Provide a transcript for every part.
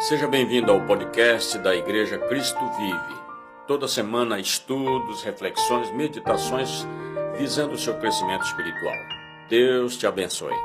Seja bem-vindo ao podcast da Igreja Cristo Vive. Toda semana, estudos, reflexões, meditações, visando o seu crescimento espiritual. Deus te abençoe.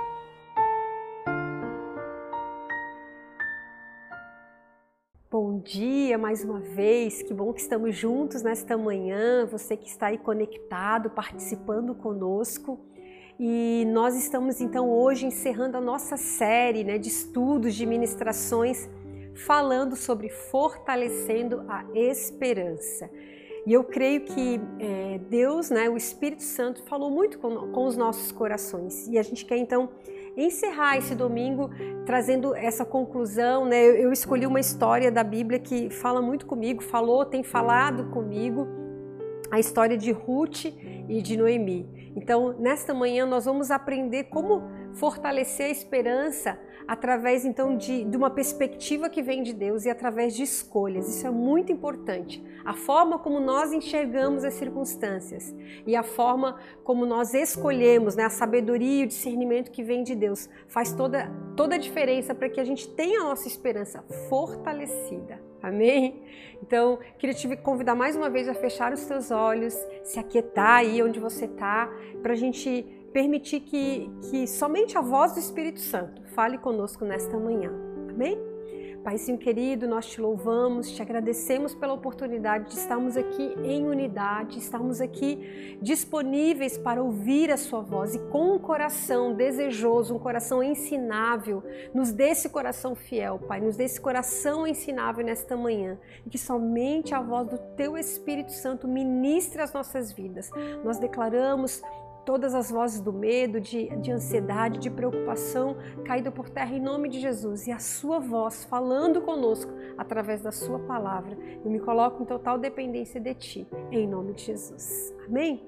Bom dia mais uma vez, que bom que estamos juntos nesta manhã, você que está aí conectado, participando conosco. E nós estamos então hoje encerrando a nossa série de estudos, de ministrações, falando sobre fortalecendo a esperança. E eu creio que Deus, o Espírito Santo, falou muito com os nossos corações. E a gente quer então encerrar esse domingo trazendo essa conclusão. Eu escolhi uma história da Bíblia que fala muito comigo, tem falado comigo, a história de Ruth e de Noemi. Então, nesta manhã nós vamos aprender como fortalecer a esperança através então de uma perspectiva que vem de Deus e através de escolhas. Isso é muito importante. A forma como nós enxergamos as circunstâncias e a forma como nós escolhemos, a sabedoria e o discernimento que vem de Deus faz toda a diferença para que a gente tenha a nossa esperança fortalecida. Amém? Então, queria te convidar mais uma vez a fechar os teus olhos, se aquietar aí onde você está, para a gente permitir que somente a voz do Espírito Santo fale conosco nesta manhã. Amém? Paizinho querido, nós te louvamos, te agradecemos pela oportunidade de estarmos aqui em unidade, estarmos aqui disponíveis para ouvir a sua voz e com um coração desejoso, um coração ensinável. Nos dê esse coração fiel, Pai, nos dê esse coração ensinável nesta manhã e que somente a voz do Teu Espírito Santo ministre as nossas vidas. Nós declaramos todas as vozes do medo, de ansiedade, de preocupação caída por terra em nome de Jesus e a sua voz falando conosco através da sua palavra. Eu me coloco em total dependência de Ti, em nome de Jesus. Amém?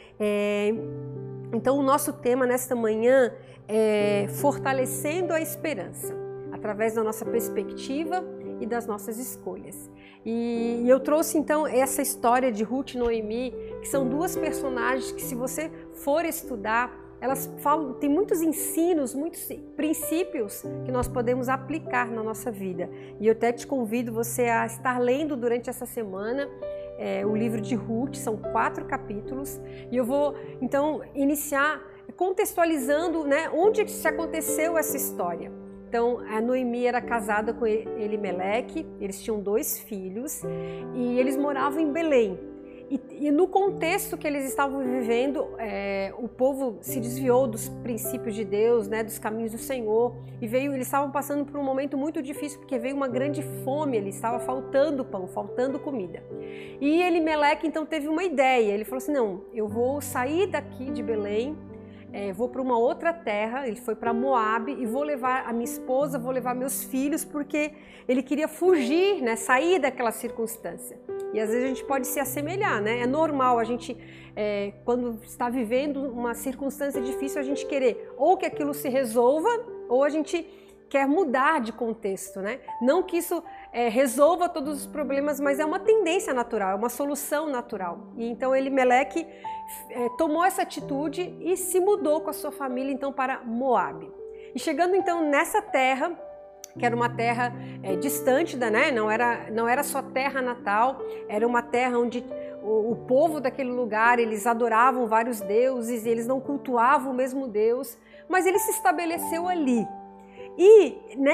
Então o nosso tema nesta manhã é fortalecendo a esperança através da nossa perspectiva e das nossas escolhas. E eu trouxe então essa história de Ruth e Noemi, que são duas personagens que, se você for estudar, elas tem muitos ensinos, muitos princípios que nós podemos aplicar na nossa vida. E eu até te convido você a estar lendo durante essa semana o livro de Ruth, são 4 capítulos, e eu vou então iniciar contextualizando onde se aconteceu essa história. Então, a Noemi era casada com Elimeleque, eles tinham 2 filhos e eles moravam em Belém. E no contexto que eles estavam vivendo, o povo se desviou dos princípios de Deus, dos caminhos do Senhor, e eles estavam passando por um momento muito difícil, porque veio uma grande fome, estava faltando pão, faltando comida. E Elimeleque então teve uma ideia, ele falou assim, não, eu vou sair daqui de Belém, vou para uma outra terra, ele foi para Moabe e vou levar a minha esposa, vou levar meus filhos, porque ele queria fugir, sair daquela circunstância. E às vezes a gente pode se assemelhar, É normal a gente, quando está vivendo uma circunstância difícil, a gente querer ou que aquilo se resolva, ou a gente quer mudar de contexto, Não que isso resolva todos os problemas, mas é uma tendência natural, é uma solução natural. E então Elimeleque tomou essa atitude e se mudou com a sua família então para Moabe. E chegando então nessa terra, que era uma terra distante não era sua terra natal, era uma terra onde o povo daquele lugar, eles adoravam vários deuses, eles não cultuavam o mesmo Deus, mas ele se estabeleceu ali. E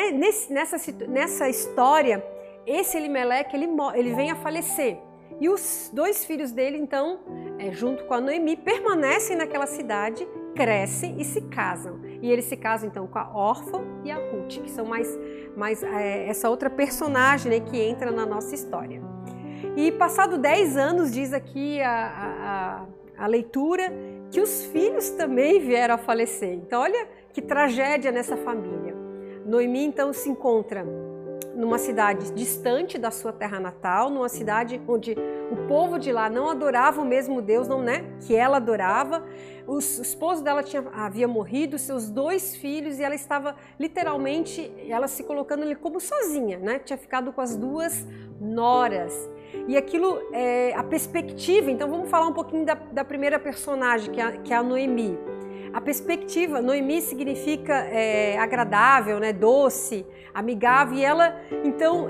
nessa história, esse Elimeleque, ele vem a falecer. E os 2 filhos dele, então, junto com a Noemi, permanecem naquela cidade, crescem e se casam. E eles se casam, então, com a Orfa e a Ruth, que são mais essa outra personagem que entra na nossa história. E passado 10 anos, diz aqui a leitura, que os filhos também vieram a falecer. Então, olha que tragédia nessa família. Noemi, então, se encontra numa cidade distante da sua terra natal, numa cidade onde o povo de lá não adorava o mesmo Deus, que ela adorava. O esposo dela havia morrido, seus 2 filhos, e ela estava literalmente, ela se colocando ali como sozinha, Tinha ficado com as 2 noras. E aquilo, a perspectiva, então vamos falar um pouquinho da primeira personagem, que é a Noemi. a perspectiva, Noemi significa agradável, né, doce, amigável, e ela, então,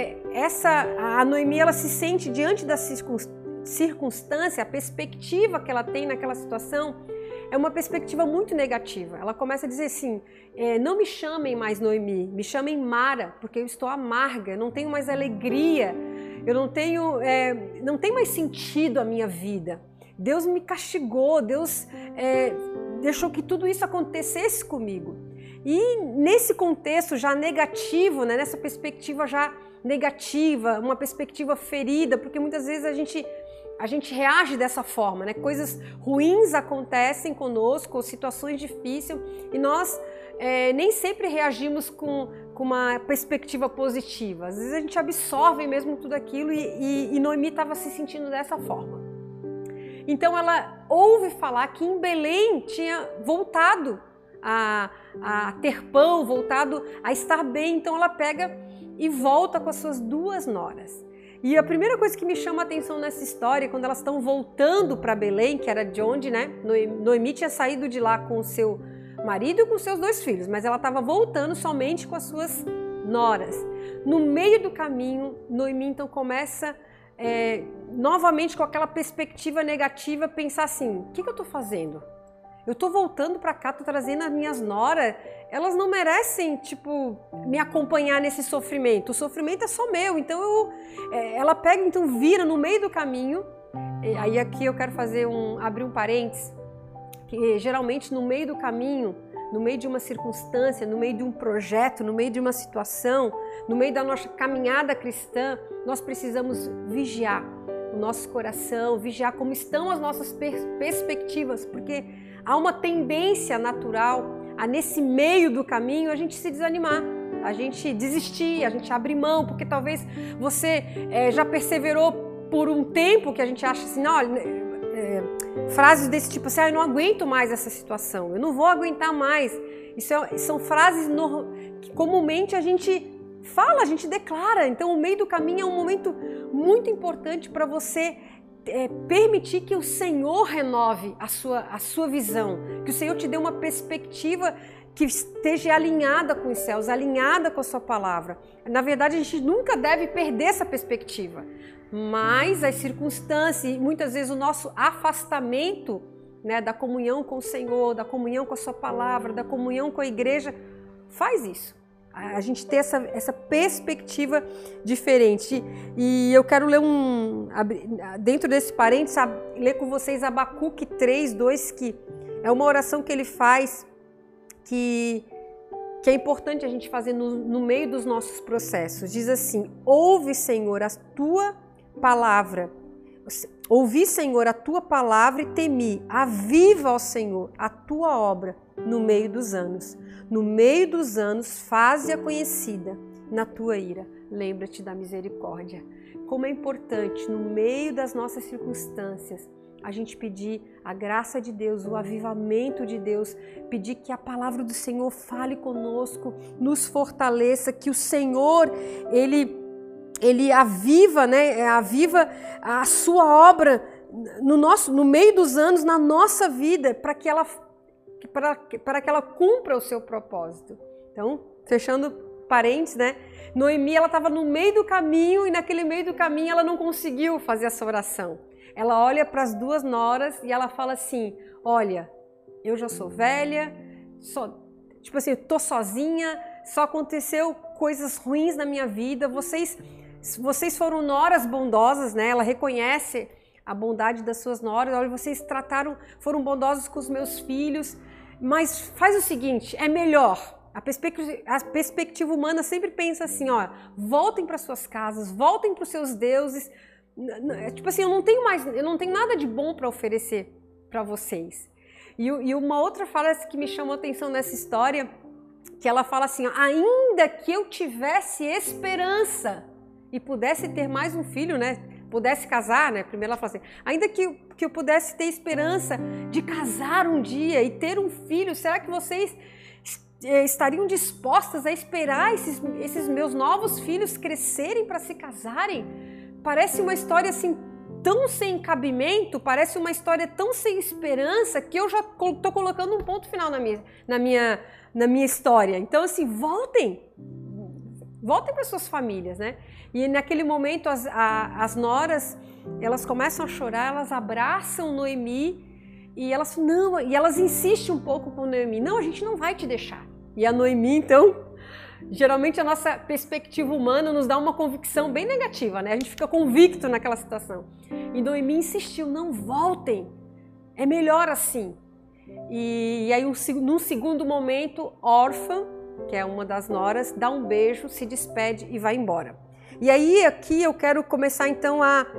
a Noemi, ela se sente diante da circunstância, a perspectiva que ela tem naquela situação é uma perspectiva muito negativa. Ela começa a dizer assim, não me chamem mais Noemi, me chamem Mara, porque eu estou amarga, não tenho mais alegria, eu não tenho mais sentido a minha vida. Deus me castigou, Deus deixou que tudo isso acontecesse comigo. E nesse contexto já negativo, né, nessa perspectiva já negativa, uma perspectiva ferida, porque muitas vezes a gente reage dessa forma, né? Coisas ruins acontecem conosco, situações difíceis, e nós nem sempre reagimos com uma perspectiva positiva. Às vezes a gente absorve mesmo tudo aquilo e Noemi estava se sentindo dessa forma. Então ela ouve falar que em Belém tinha voltado a ter pão, voltado a estar bem. Então ela pega e volta com as suas 2 noras. E a primeira coisa que me chama a atenção nessa história, quando elas estão voltando para Belém, que era de onde, né? Noemi tinha saído de lá com o seu marido e com seus 2 filhos, mas ela estava voltando somente com as suas noras. No meio do caminho, Noemi então começa novamente com aquela perspectiva negativa, pensar assim, o que eu estou fazendo? Eu estou voltando para cá, estou trazendo as minhas noras, elas não merecem, me acompanhar nesse sofrimento. O sofrimento é só meu, então ela pega, então vira no meio do caminho. E aí aqui eu quero abrir um parênteses, que geralmente no meio do caminho, no meio de uma circunstância, no meio de um projeto, no meio de uma situação, no meio da nossa caminhada cristã, nós precisamos vigiar o nosso coração, vigiar como estão as nossas perspectivas, porque há uma tendência natural a nesse meio do caminho a gente se desanimar, a gente desistir, a gente abrir mão, porque talvez você já perseverou por um tempo que a gente acha assim, olha, frases desse tipo assim, eu não aguento mais essa situação, eu não vou aguentar mais. São frases que comumente a gente fala, a gente declara. Então o meio do caminho é um momento muito importante para você permitir que o Senhor renove a sua visão, que o Senhor te dê uma perspectiva que esteja alinhada com os céus, alinhada com a sua palavra. Na verdade, a gente nunca deve perder essa perspectiva, mas as circunstâncias e muitas vezes o nosso afastamento, né, da comunhão com o Senhor, da comunhão com a sua palavra, da comunhão com a igreja, faz isso. A gente ter essa perspectiva diferente. E eu quero ler dentro desse parênteses, ler com vocês Abacuque 3:2, que é uma oração que ele faz, que é importante a gente fazer no meio dos nossos processos. Diz assim: ouve, Senhor, a tua palavra. Ouvi, Senhor, a tua palavra e temi. Aviva, ó Senhor, a tua obra no meio dos anos. No meio dos anos, faze-a conhecida. Na tua ira, lembra-te da misericórdia. Como é importante, no meio das nossas circunstâncias, a gente pedir a graça de Deus, o avivamento de Deus, pedir que a palavra do Senhor fale conosco, nos fortaleça, que o Senhor, Ele aviva, né? Aviva a sua obra no meio dos anos, na nossa vida, para que ela cumpra o seu propósito. Então, fechando parênteses, né? Noemi, ela estava no meio do caminho e naquele meio do caminho ela não conseguiu fazer essa oração. Ela olha para as 2 noras e ela fala assim: olha, eu já sou velha, eu tô sozinha, só aconteceu coisas ruins na minha vida, vocês foram noras bondosas, né? Ela reconhece a bondade das suas noras. Olha, vocês foram bondosos com os meus filhos, mas faz o seguinte, é melhor. A perspectiva humana sempre pensa assim, ó, voltem para suas casas, voltem para os seus deuses. Eu não tenho nada de bom para oferecer para vocês. E uma outra frase que me chamou a atenção nessa história, que ela fala assim, ó, ainda que eu tivesse esperança e pudesse ter mais um filho, né? Pudesse casar, né? Primeiro ela fala assim, ainda que eu pudesse ter esperança de casar um dia e ter um filho, será que vocês estariam dispostas a esperar esses meus novos filhos crescerem para se casarem? Parece uma história assim tão sem cabimento, parece uma história tão sem esperança, que eu já estou colocando um ponto final na minha história. Então, assim, voltem para suas famílias, né? E naquele momento as noras, elas começam a chorar, elas abraçam Noemi e elas insistem um pouco com Noemi. Não, a gente não vai te deixar. E a Noemi, então, geralmente a nossa perspectiva humana nos dá uma convicção bem negativa, né? A gente fica convicto naquela situação. E Noemi insistiu, não voltem, é melhor assim. E aí, num segundo momento, Orfa, que é uma das noras, dá um beijo, se despede e vai embora. E aí aqui eu quero começar então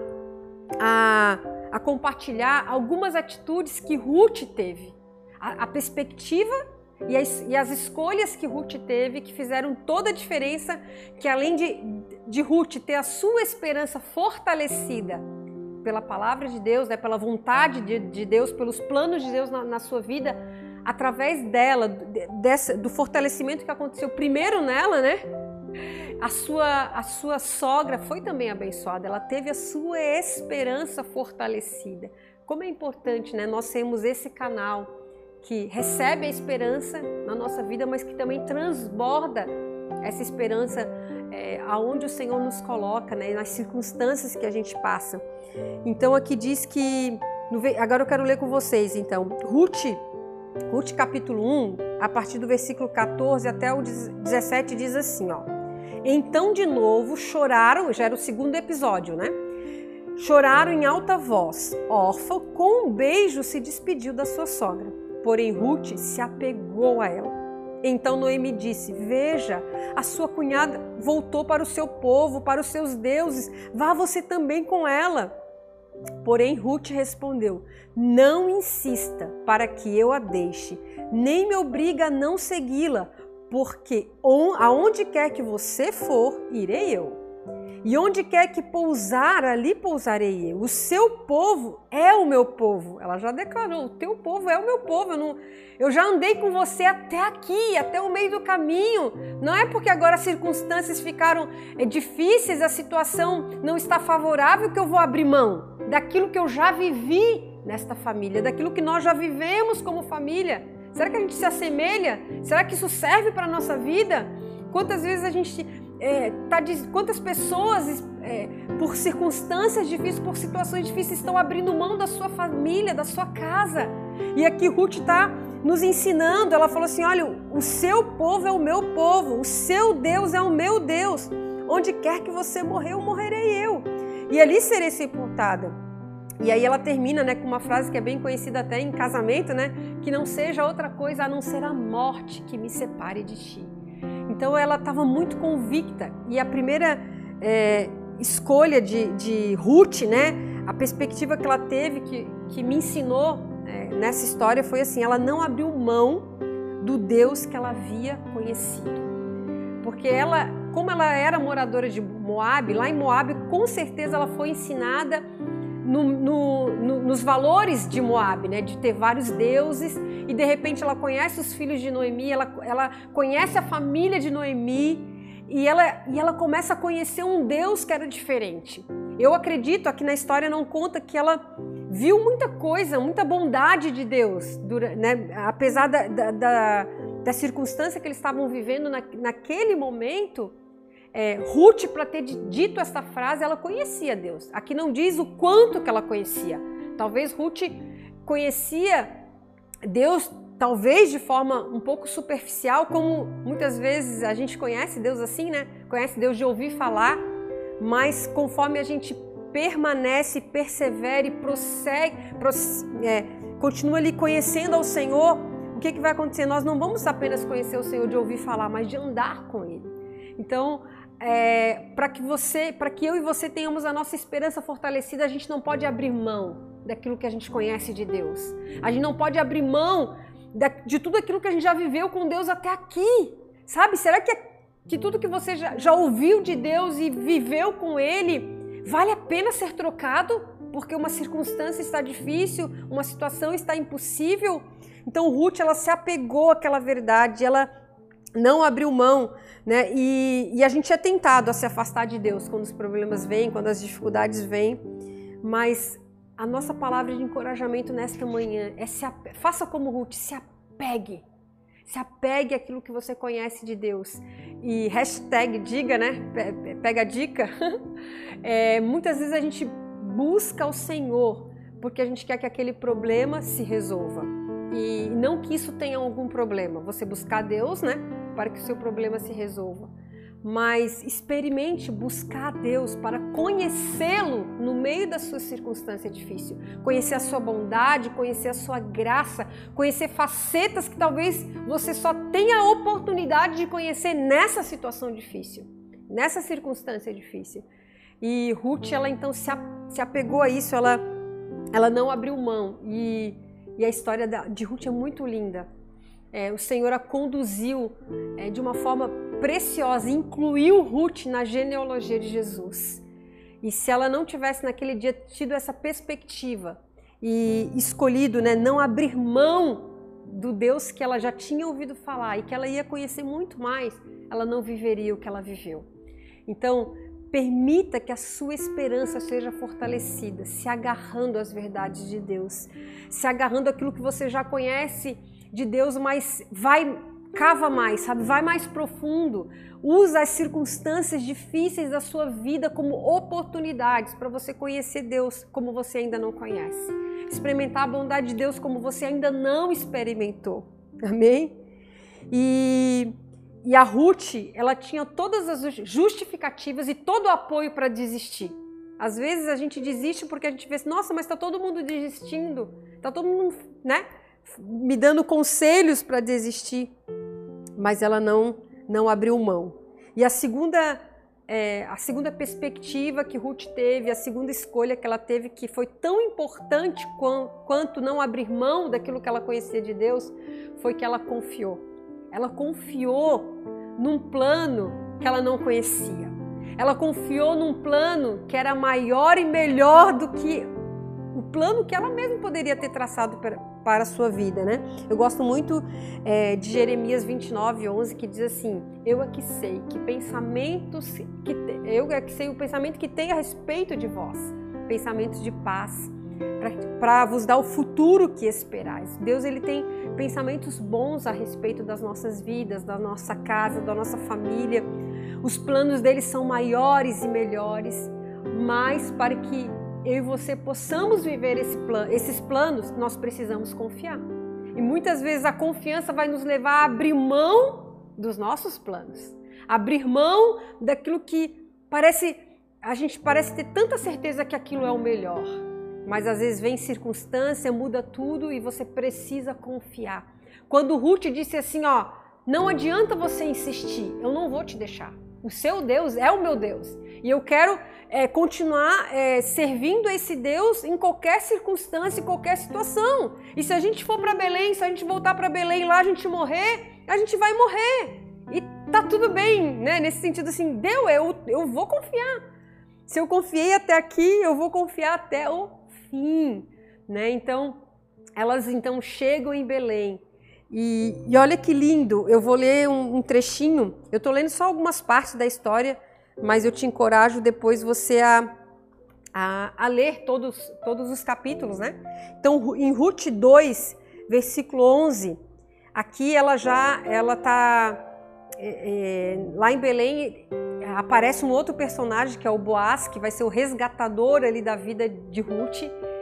a compartilhar algumas atitudes que Ruth teve. A perspectiva e as escolhas que Ruth teve, que fizeram toda a diferença, que além de Ruth ter a sua esperança fortalecida pela palavra de Deus, né, pela vontade de Deus, pelos planos de Deus na sua vida, através dela, do fortalecimento que aconteceu primeiro nela, né? A sua sogra foi também abençoada, ela teve a sua esperança fortalecida. Como é importante, né, nós sermos esse canal que recebe a esperança na nossa vida, mas que também transborda essa esperança aonde o Senhor nos coloca, né, nas circunstâncias que a gente passa. Então aqui diz que, agora eu quero ler com vocês, então, Ruth capítulo 1, a partir do versículo 14 até o 17 diz assim, ó. Então de novo choraram, já era o segundo episódio, né? Choraram em alta voz. Orfa, com um beijo, se despediu da sua sogra. Porém Ruth se apegou a ela. Então Noemi disse, veja, a sua cunhada voltou para o seu povo, para os seus deuses, vá você também com ela. Porém Ruth respondeu, não insista para que eu a deixe, nem me obriga a não segui-la, porque aonde quer que você for, irei eu. E onde quer que pousar, ali pousarei eu. O seu povo é o meu povo. Ela já declarou, o teu povo é o meu povo. Eu já andei com você até aqui, até o meio do caminho. Não é porque agora as circunstâncias ficaram difíceis, a situação não está favorável que eu vou abrir mão daquilo que eu já vivi nesta família, daquilo que nós já vivemos como família. Será que a gente se assemelha? Será que isso serve para a nossa vida? Quantas vezes a gente... quantas pessoas por circunstâncias difíceis, por situações difíceis estão abrindo mão da sua família, da sua casa. E aqui Ruth está nos ensinando, ela falou assim, olha, o seu povo é o meu povo, o seu Deus é o meu Deus, onde quer que você morrer, eu morrerei eu, e ali serei sepultada. E aí ela termina, né, com uma frase que é bem conhecida até em casamento, né, que não seja outra coisa a não ser a morte que me separe de ti. Então ela estava muito convicta, e a primeira escolha de Ruth, né, a perspectiva que ela teve, que me ensinou nessa história foi assim, ela não abriu mão do Deus que ela havia conhecido. Porque ela, como ela era moradora de Moabe, lá em Moabe com certeza ela foi ensinada nos valores de Moabe, né, de ter vários deuses, e de repente ela conhece os filhos de Noemi, ela conhece a família de Noemi, e ela começa a conhecer um Deus que era diferente. Eu acredito, aqui na história não conta que ela viu muita coisa, muita bondade de Deus, né, apesar da circunstância que eles estavam vivendo naquele momento. Ruth, para ter dito essa frase, ela conhecia Deus. Aqui não diz o quanto que ela conhecia. Talvez Ruth conhecia Deus, talvez de forma um pouco superficial, como muitas vezes a gente conhece Deus assim, né? Conhece Deus de ouvir falar, mas conforme a gente permanece, persevera e continua ali conhecendo ao Senhor, o que vai acontecer? Nós não vamos apenas conhecer o Senhor de ouvir falar, mas de andar com Ele. Então, para que eu e você tenhamos a nossa esperança fortalecida, a gente não pode abrir mão daquilo que a gente conhece de Deus. A gente não pode abrir mão de tudo aquilo que a gente já viveu com Deus até aqui. Sabe? Será que tudo que você já ouviu de Deus e viveu com Ele vale a pena ser trocado? Porque uma circunstância está difícil, uma situação está impossível? Então Ruth, ela se apegou àquela verdade, ela não abriu mão, né? E a gente é tentado a se afastar de Deus quando os problemas vêm, quando as dificuldades vêm, Mas a nossa palavra de encorajamento nesta manhã é faça como Ruth, se apegue. Se apegue àquilo que você conhece de Deus. E hashtag diga, né? Pega a dica. Muitas vezes a gente busca o Senhor porque a gente quer que aquele problema se resolva. E não que isso tenha algum problema. Você buscar Deus, né? Para que o seu problema se resolva. Mas experimente buscar a Deus para conhecê-lo no meio da sua circunstância difícil. Conhecer a sua bondade, conhecer a sua graça, conhecer facetas que talvez você só tenha a oportunidade de conhecer nessa situação difícil, nessa circunstância difícil. E Ruth, ela então se apegou a isso, ela não abriu mão. E a história de Ruth é muito linda. O Senhor a conduziu de uma forma preciosa, incluiu Ruth na genealogia de Jesus. E se ela não tivesse naquele dia tido essa perspectiva e escolhido, né, não abrir mão do Deus que ela já tinha ouvido falar e que ela ia conhecer muito mais, ela não viveria o que ela viveu. Então, permita que a sua esperança seja fortalecida, se agarrando às verdades de Deus, se agarrando àquilo que você já conhece de Deus, mas cava mais, sabe? Vai mais profundo. Usa as circunstâncias difíceis da sua vida como oportunidades para você conhecer Deus como você ainda não conhece. Experimentar a bondade de Deus como você ainda não experimentou. Amém? E a Ruth, ela tinha todas as justificativas e todo o apoio para desistir. Às vezes a gente desiste porque a gente vê assim, nossa, mas está todo mundo desistindo. Está todo mundo, né, me dando conselhos para desistir. Mas ela não abriu mão. E a segunda perspectiva que Ruth teve, a segunda escolha que ela teve, que foi tão importante quanto não abrir mão daquilo que ela conhecia de Deus, foi que ela confiou. Ela confiou num plano que ela não conhecia. Ela confiou num plano que era maior e melhor do que o plano que ela mesma poderia ter traçado para a sua vida, né? Eu gosto muito de Jeremias 29:11, que diz assim: eu é que sei o pensamento que tem a respeito de vós, pensamentos de paz, para vos dar o futuro que esperais. Deus, ele tem pensamentos bons a respeito das nossas vidas, da nossa casa, da nossa família. Os planos dele são maiores e melhores, mas para que eu e você possamos viver esses planos, nós precisamos confiar. E muitas vezes a confiança vai nos levar a abrir mão dos nossos planos, abrir mão daquilo que a gente parece ter tanta certeza que aquilo é o melhor. Mas às vezes vem circunstância, muda tudo e você precisa confiar. Quando Ruth disse assim, ó, não adianta você insistir, eu não vou te deixar. O seu Deus é o meu Deus. E eu quero continuar servindo a esse Deus em qualquer circunstância, em qualquer situação. E se a gente for para Belém, se a gente voltar para Belém lá, a gente morrer, a gente vai morrer. E tá tudo bem, né? Nesse sentido assim, eu vou confiar. Se eu confiei até aqui, eu vou confiar até o fim, né? Então, elas então chegam em Belém. E olha que lindo, eu vou ler um trechinho, eu estou lendo só algumas partes da história, mas eu te encorajo depois você a ler todos os capítulos, né? Então, em Ruth 2, versículo 11, aqui ela está lá em Belém, aparece um outro personagem que é o Boaz, que vai ser o resgatador ali da vida de Ruth,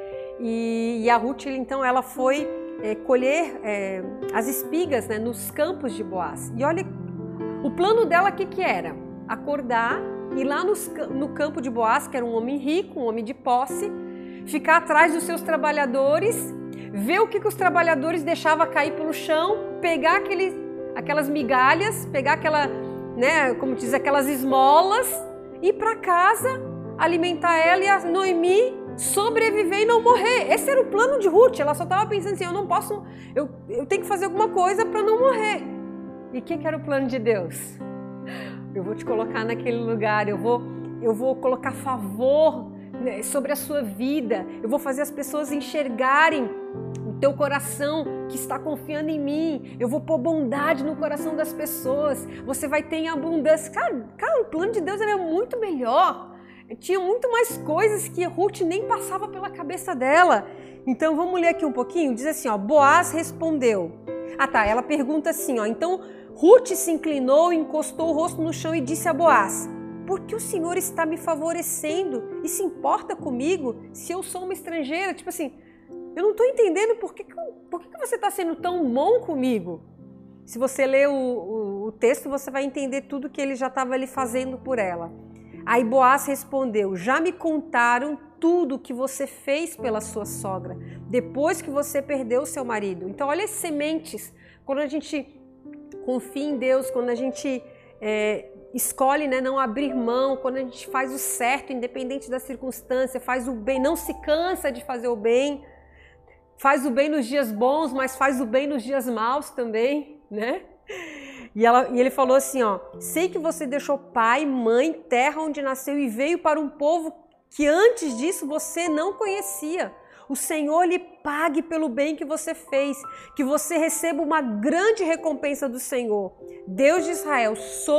e a Ruth, então, ela foi colher as espigas, né, nos campos de Boaz. E olha, o plano dela, o que era? Acordar, ir lá no campo de Boaz, que era um homem rico, um homem de posse, ficar atrás dos seus trabalhadores, ver o que os trabalhadores deixavam cair pelo chão, pegar aquelas migalhas, pegar né, como diz, aquelas esmolas, ir para casa, alimentar ela e a Noemi sobreviver e não morrer. Esse era o plano de Ruth. Ela só estava pensando assim, eu tenho que fazer alguma coisa para não morrer. E o que era o plano de Deus? Eu vou te colocar naquele lugar, eu vou colocar favor, né, sobre a sua vida, eu vou fazer as pessoas enxergarem o teu coração que está confiando em mim, eu vou pôr bondade no coração das pessoas, você vai ter em abundância. Cara, o plano de Deus é muito melhor. tinha muito mais coisas que Ruth nem passava pela cabeça dela. Então vamos ler aqui um pouquinho, diz assim, ó, Boaz respondeu. Ela pergunta assim, ó, então Ruth se inclinou, encostou o rosto no chão e disse a Boaz, por que o Senhor está me favorecendo e se importa comigo se eu sou uma estrangeira? Tipo assim, eu não estou entendendo por que você está sendo tão bom comigo. Se você ler o texto, você vai entender tudo que ele já estava ali fazendo por ela. Aí Boaz respondeu, já me contaram tudo que você fez pela sua sogra, depois que você perdeu o seu marido. Então olha as sementes, quando a gente confia em Deus, quando a gente escolhe, né, não abrir mão, quando a gente faz o certo, independente da circunstância, faz o bem, não se cansa de fazer o bem, faz o bem nos dias bons, mas faz o bem nos dias maus também, né? E ele falou assim, ó, sei que você deixou pai, mãe, terra onde nasceu e veio para um povo que antes disso você não conhecia. O Senhor lhe pague pelo bem que você fez, que você receba uma grande recompensa do Senhor, Deus de Israel,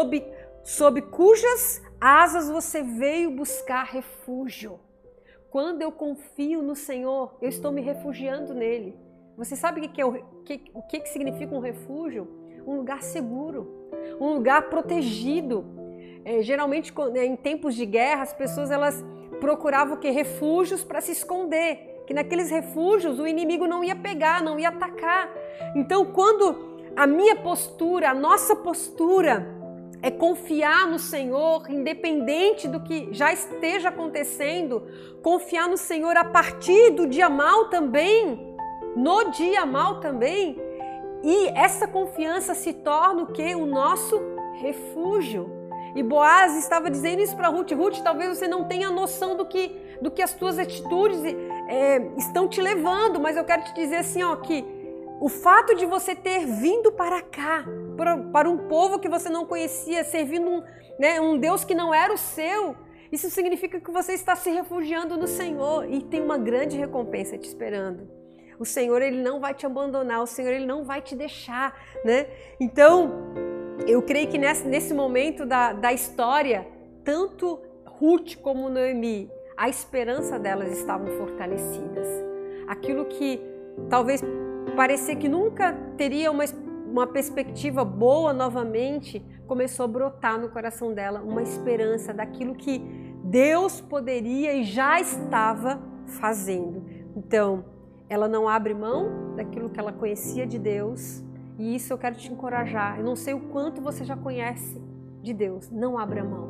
sob cujas asas você veio buscar refúgio. Quando eu confio no Senhor, eu estou me refugiando nele. Você sabe o que significa um refúgio? Um lugar seguro, um lugar protegido. Geralmente, em tempos de guerra, as pessoas elas procuravam refúgios para se esconder, que naqueles refúgios o inimigo não ia pegar, não ia atacar. Então, quando a minha postura, a nossa postura é confiar no Senhor, independente do que já esteja acontecendo, confiar no Senhor a partir do dia mal também, no dia mal também, e essa confiança se torna o quê? O nosso refúgio. E Boaz estava dizendo isso para Ruth. Ruth, talvez você não tenha noção do que as tuas atitudes estão te levando, mas eu quero te dizer assim, ó, que o fato de você ter vindo para cá, para um povo que você não conhecia, servindo um Deus que não era o seu, isso significa que você está se refugiando no Senhor e tem uma grande recompensa te esperando. O Senhor, Ele não vai te abandonar, o Senhor, Ele não vai te deixar, né? Então, eu creio que nesse momento da história, tanto Ruth como Noemi, a esperança delas estavam fortalecidas. Aquilo que talvez parecia que nunca teria uma perspectiva boa novamente, começou a brotar no coração dela uma esperança daquilo que Deus poderia e já estava fazendo. Então, ela não abre mão daquilo que ela conhecia de Deus, e isso eu quero te encorajar. Eu não sei o quanto você já conhece de Deus, não abra mão.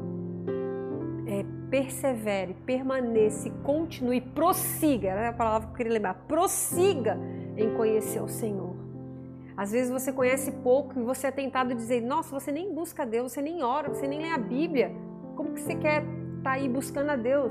Persevere, permaneça, continue, prossiga, é a palavra que eu queria lembrar, prossiga em conhecer o Senhor. Às vezes você conhece pouco e você é tentado a dizer, nossa, você nem busca a Deus, você nem ora, você nem lê a Bíblia, como que você quer estar aí buscando a Deus?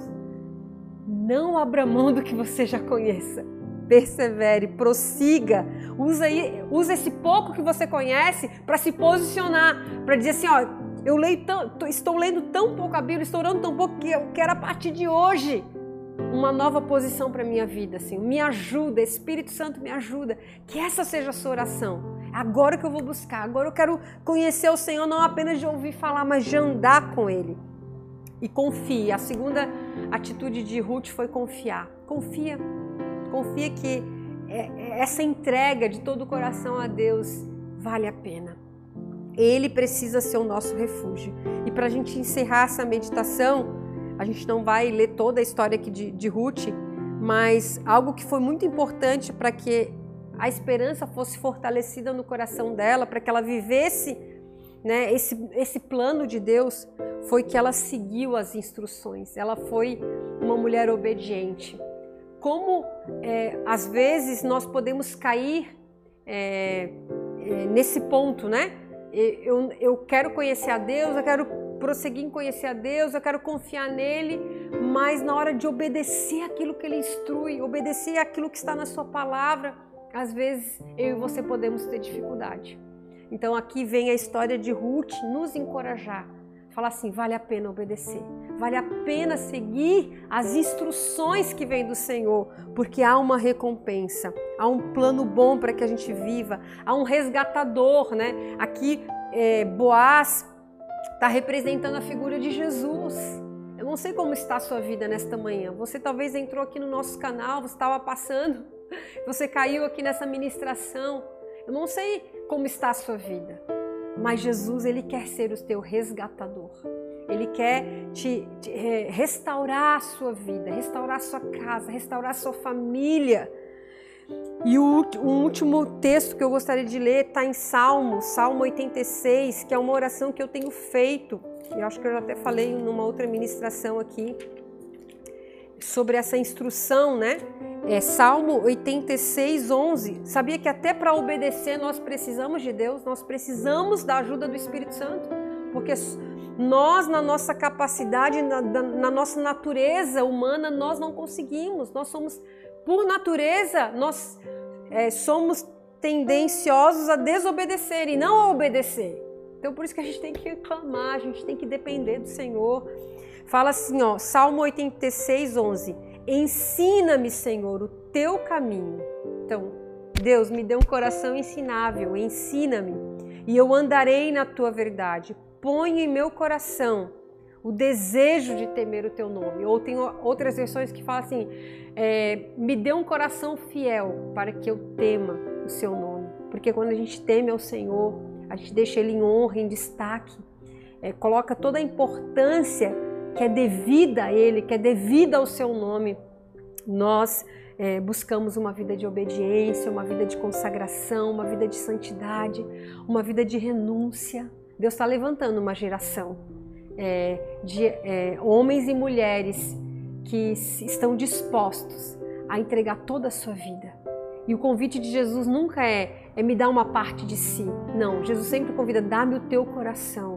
Não abra mão do que você já conheça. Persevere, prossiga, usa esse pouco que você conhece para se posicionar, para dizer assim, ó, estou lendo tão pouco a Bíblia, estou orando tão pouco que eu quero a partir de hoje uma nova posição para a minha vida, assim, me ajuda, Espírito Santo me ajuda, que essa seja a sua oração, agora que eu vou buscar, agora eu quero conhecer o Senhor, não apenas de ouvir falar, mas de andar com Ele. E confie, a segunda atitude de Ruth foi confiar, confia que essa entrega de todo o coração a Deus vale a pena. Ele precisa ser o nosso refúgio. E para a gente encerrar essa meditação, a gente não vai ler toda a história aqui de Ruth, mas algo que foi muito importante para que a esperança fosse fortalecida no coração dela, para que ela vivesse, né, esse plano de Deus, foi que ela seguiu as instruções. Ela foi uma mulher obediente. Como às vezes nós podemos cair nesse ponto, né? Eu quero conhecer a Deus, eu quero prosseguir em conhecer a Deus, eu quero confiar nele, mas na hora de obedecer aquilo que ele instrui, obedecer aquilo que está na sua palavra, às vezes eu e você podemos ter dificuldade. Então aqui vem a história de Ruth nos encorajar, falar assim, vale a pena obedecer, vale a pena seguir as instruções que vêm do Senhor, porque há uma recompensa, há um plano bom para que a gente viva, há um resgatador, né? Aqui Boaz está representando a figura de Jesus. Eu não sei como está a sua vida nesta manhã. Você talvez entrou aqui no nosso canal, você estava passando, você caiu aqui nessa ministração. Eu não sei como está a sua vida, mas Jesus, Ele quer ser o teu resgatador. Ele quer restaurar a sua vida, restaurar a sua casa, restaurar a sua família. E o último texto que eu gostaria de ler está em Salmo 86, que é uma oração que eu tenho feito. Eu acho que eu já até falei numa outra ministração aqui sobre essa instrução, né? Salmo 86, 11. Sabia que até para obedecer nós precisamos de Deus, nós precisamos da ajuda do Espírito Santo, porque nós, na nossa capacidade, na nossa natureza humana, nós não conseguimos. Nós somos, por natureza, nós somos tendenciosos a desobedecer e não a obedecer. Então, por isso que a gente tem que clamar, a gente tem que depender do Senhor. Fala assim, ó, Salmo 86, 11. Ensina-me, Senhor, o teu caminho. Então, Deus, me dê um coração ensinável, ensina-me, e eu andarei na tua verdade. Põe em meu coração o desejo de temer o teu nome. Ou tem outras versões que falam assim, me dê um coração fiel para que eu tema o seu nome. Porque quando a gente teme ao Senhor, a gente deixa Ele em honra, em destaque, coloca toda a importância que é devida a Ele, que é devida ao seu nome. Nós buscamos uma vida de obediência, uma vida de consagração, uma vida de santidade, uma vida de renúncia. Deus está levantando uma geração de homens e mulheres que estão dispostos a entregar toda a sua vida. E o convite de Jesus nunca é me dar uma parte de si. Não, Jesus sempre convida, dá-me o teu coração.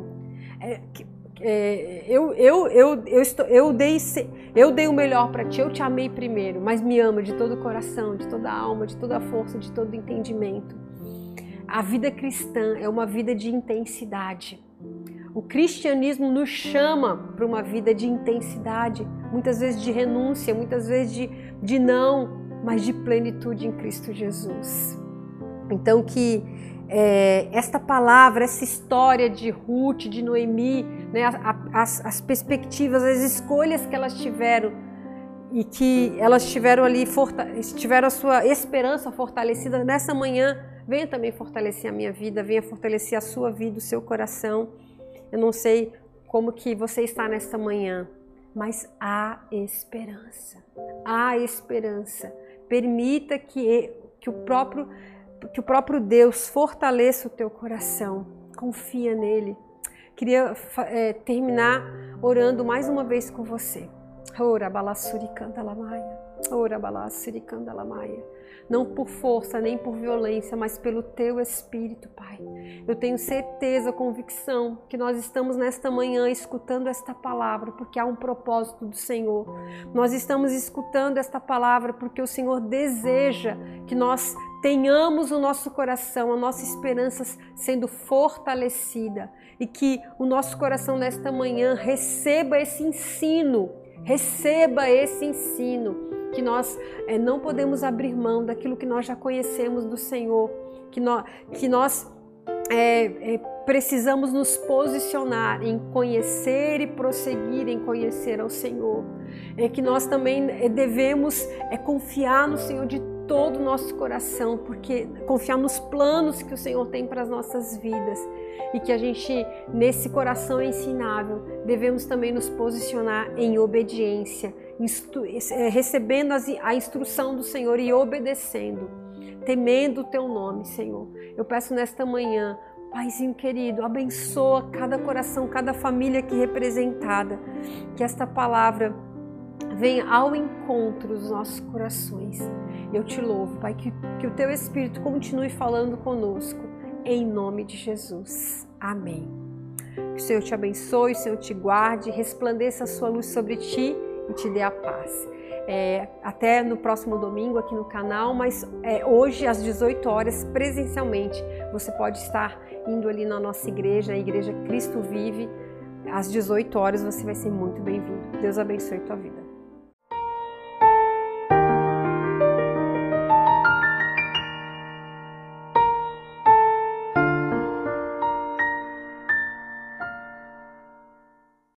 Eu dei o melhor para ti, eu te amei primeiro, mas me ama de todo o coração, de toda a alma, de toda a força, de todo o entendimento. A vida cristã é uma vida de intensidade. O cristianismo nos chama para uma vida de intensidade, muitas vezes de renúncia, muitas vezes de não, mas de plenitude em Cristo Jesus. Então que esta palavra, essa história de Ruth, de Noemi, né, as perspectivas, as escolhas que elas tiveram e que elas tiveram ali, tiveram a sua esperança fortalecida nessa manhã, venha também fortalecer a minha vida, venha fortalecer a sua vida, o seu coração. Eu não sei como que você está nesta manhã, mas há esperança. Há esperança. Permita que o próprio Deus fortaleça o teu coração. Confia nele. Queria terminar orando mais uma vez com você. Ora balassuri canta lamaia. Ora balassuri canta lamaia. Não por força, nem por violência, mas pelo teu Espírito, Pai. Eu tenho certeza, convicção, que nós estamos nesta manhã escutando esta palavra, porque há um propósito do Senhor. Nós estamos escutando esta palavra porque o Senhor deseja que nós tenhamos o nosso coração, a nossa esperança sendo fortalecida e que o nosso coração nesta manhã receba esse ensino, que nós não podemos abrir mão daquilo que nós já conhecemos do Senhor, que nós precisamos nos posicionar em conhecer e prosseguir em conhecer ao Senhor, que nós também devemos confiar no Senhor de todo o nosso coração, porque confiar nos planos que o Senhor tem para as nossas vidas, e que a gente, nesse coração ensinável, devemos também nos posicionar em obediência, recebendo a instrução do Senhor e obedecendo, temendo o teu nome, Senhor. Eu peço nesta manhã, Paizinho querido, abençoa cada coração, cada família aqui representada, que esta palavra venha ao encontro dos nossos corações. Eu te louvo, Pai, que o teu Espírito continue falando conosco, em nome de Jesus. Amém. Que o Senhor te abençoe, o Senhor te guarde, resplandeça a sua luz sobre ti e te dê a paz. Até no próximo domingo aqui no canal, mas hoje às 18 horas presencialmente você pode estar indo ali na nossa igreja, a Igreja Cristo Vive, às 18 horas você vai ser muito bem-vindo. Deus abençoe a tua vida.